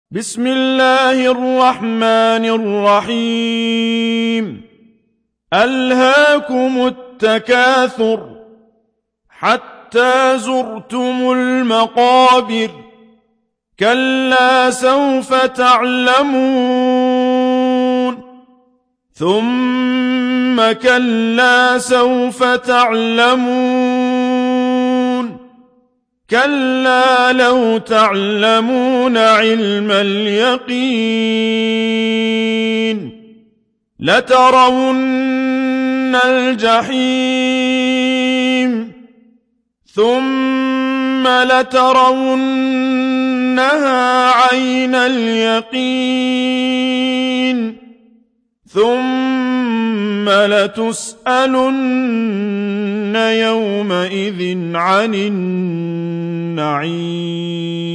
بسم الله الرحمن الرحيم ألهاكم التكاثر حتى زرتم المقابر كلا سوف تعلمون ثم كلا سوف تعلمون كلا لو تعلمون علم اليقين لترون الجحيم ثم لترونها عين اليقين ثم لتسألن يومئذ عن النعيم